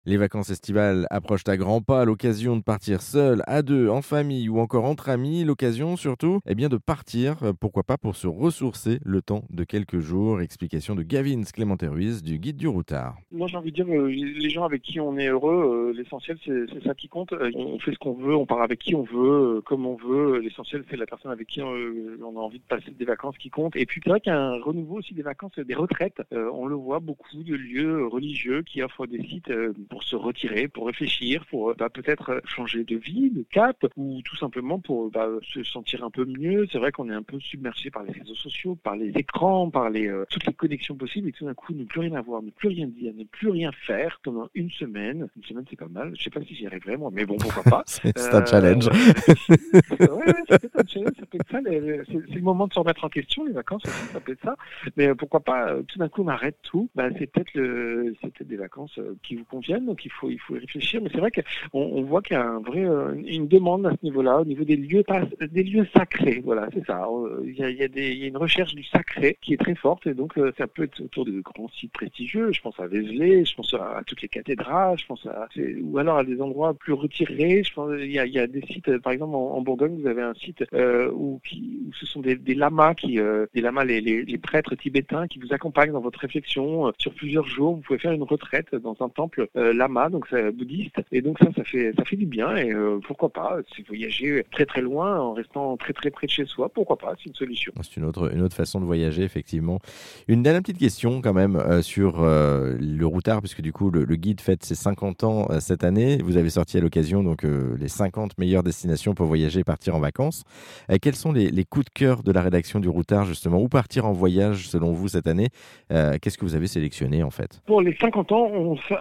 Les vacances estivales approchent à grands pas, l'occasion de partir seul, à deux, en famille ou encore entre amis, l'occasion surtout de partir, pourquoi pas pour se ressourcer le temps de quelques jours. Explication de Gavin Clémenté Ruiz du Guide du Routard. Moi, j'ai envie de dire, les gens avec qui on est heureux, l'essentiel, c'est ça qui compte. On fait ce qu'on veut, on part avec qui on veut, comme on veut. L'essentiel, c'est la personne avec qui on a envie de passer des vacances qui compte. Et puis, c'est vrai qu'il y a un renouveau aussi des vacances, des retraites. On le voit, beaucoup de lieux religieux qui offrent des sites pour se retirer, pour réfléchir, pour peut-être changer de vie, de cap, ou tout simplement pour se sentir un peu mieux. C'est vrai qu'on est un peu submergé par les réseaux sociaux, par les écrans, par toutes les connexions possibles, et tout d'un coup, ne plus rien avoir, ne plus rien dire, ne plus rien faire pendant une semaine. Une semaine, c'est pas mal. Je sais pas si j'y arriverai moi, mais bon, pourquoi pas. C'est un challenge. Ouais, c'est peut-être un challenge, ça peut être ça. C'est le moment de se remettre en question, les vacances aussi, ça peut être ça. Mais pourquoi pas, tout d'un coup, on arrête tout. C'est peut-être des vacances qui vous conviennent, donc il faut y réfléchir. Mais c'est vrai qu'on voit qu'il y a une demande à ce niveau-là, au niveau des lieux sacrés. Voilà, c'est ça. Il y a une recherche du sacré qui est très forte, et donc ça peut être autour de grands sites prestigieux. Je pense à Vézelay, je pense à toutes les cathédrales, ou alors à des endroits plus retirés. Je pense il y a des sites, par exemple en Bourgogne, vous avez un site où ce sont des lamas des lamas, les prêtres tibétains qui vous accompagnent dans votre réflexion sur plusieurs jours. Vous pouvez faire une retraite dans un temple lama, donc c'est bouddhiste, et donc ça fait du bien. Et pourquoi pas, si voyager très très loin en restant très très près de chez soi, pourquoi pas, c'est une solution. C'est une autre façon de voyager, effectivement. Une dernière petite question quand même sur le routard, puisque du coup le guide fête ses 50 ans cette année. Vous avez sorti à l'occasion donc les 50 meilleures destinations pour voyager et partir en vacances. Quels sont les coups de cœur de la rédaction du routard justement? Où partir en voyage selon vous cette année? Qu'est-ce que vous avez sélectionné en fait? Pour les 50 ans,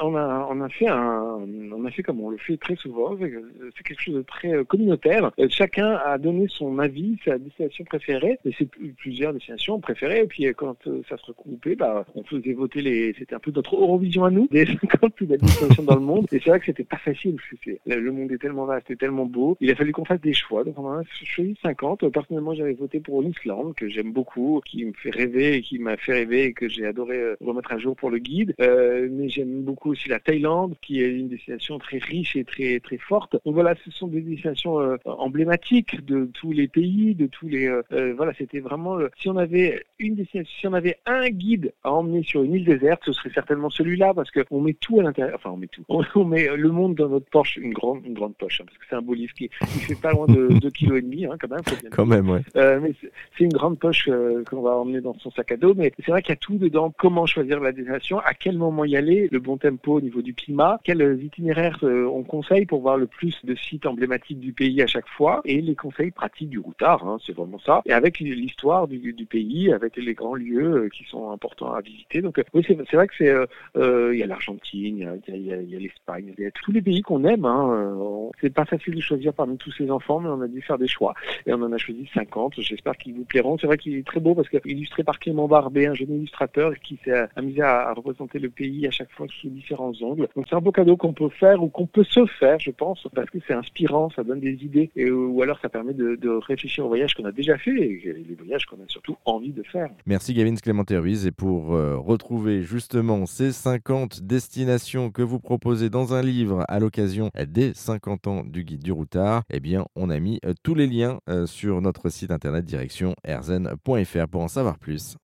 on a fait comme on le fait très souvent, c'est quelque chose de très communautaire. Chacun a donné son avis, sa destination préférée, et c'est plusieurs destinations préférées. Et puis quand ça se regroupait, on faisait voter c'était un peu notre Eurovision à nous, des 50 plus belles destinations dans le monde. Et c'est vrai que c'était pas facile, parce que le monde est tellement vaste et tellement beau. Il a fallu qu'on fasse des choix, donc on en a choisi 50. Personnellement, j'avais voté pour l'Islande, que j'aime beaucoup, qui me fait rêver et qui m'a fait rêver, et que j'ai adoré remettre à jour pour le guide. Mais j'aime beaucoup aussi la Thaïlande, qui est une destination très riche et très très forte. Donc voilà, ce sont des destinations emblématiques de tous les pays, de tous les voilà, c'était vraiment si on avait une destination, si on avait un guide à emmener sur une île déserte, ce serait certainement celui-là, parce que on met tout à l'intérieur. Enfin, on met tout. On met le monde dans notre poche, une grande poche, hein, parce que c'est un beau livre qui fait pas loin de 2,5 kg, hein, quand même. Faut bien Quand dire. même, ouais. Mais c'est une grande poche qu'on va emmener dans son sac à dos. Mais c'est vrai qu'il y a tout dedans. Comment choisir la destination, à quel moment y aller, le bon tempo au niveau du climat, quels itinéraires on conseille pour voir le plus de sites emblématiques du pays à chaque fois, et les conseils pratiques du routard, hein, c'est vraiment ça. Et avec l'histoire du pays, avec les grands lieux qui sont importants à visiter. Donc oui, c'est vrai que il y a l'Argentine, il y a l'Espagne, il y a tous les pays qu'on aime. Hein. C'est pas facile de choisir parmi tous ces enfants, mais on a dû faire des choix. Et on en a choisi 50. J'espère qu'ils vous plairont. C'est vrai qu'il est très beau parce qu'il est illustré par Clément Barbet, un jeune illustrateur qui s'est amusé à représenter le pays à chaque fois sous différents angles. Donc c'est un beau cadeau qu'on peut faire ou qu'on peut se faire, je pense, parce que c'est inspirant, ça donne des idées, ou alors ça permet de réfléchir aux voyages qu'on a déjà fait et les voyages qu'on a surtout envie de faire. Merci Gavin Clémenté Ruiz. Et pour retrouver justement ces 50 destinations que vous proposez dans un livre à l'occasion des 50 ans du Guide du Routard, on a mis tous les liens sur notre site internet direction erzen.fr pour en savoir plus.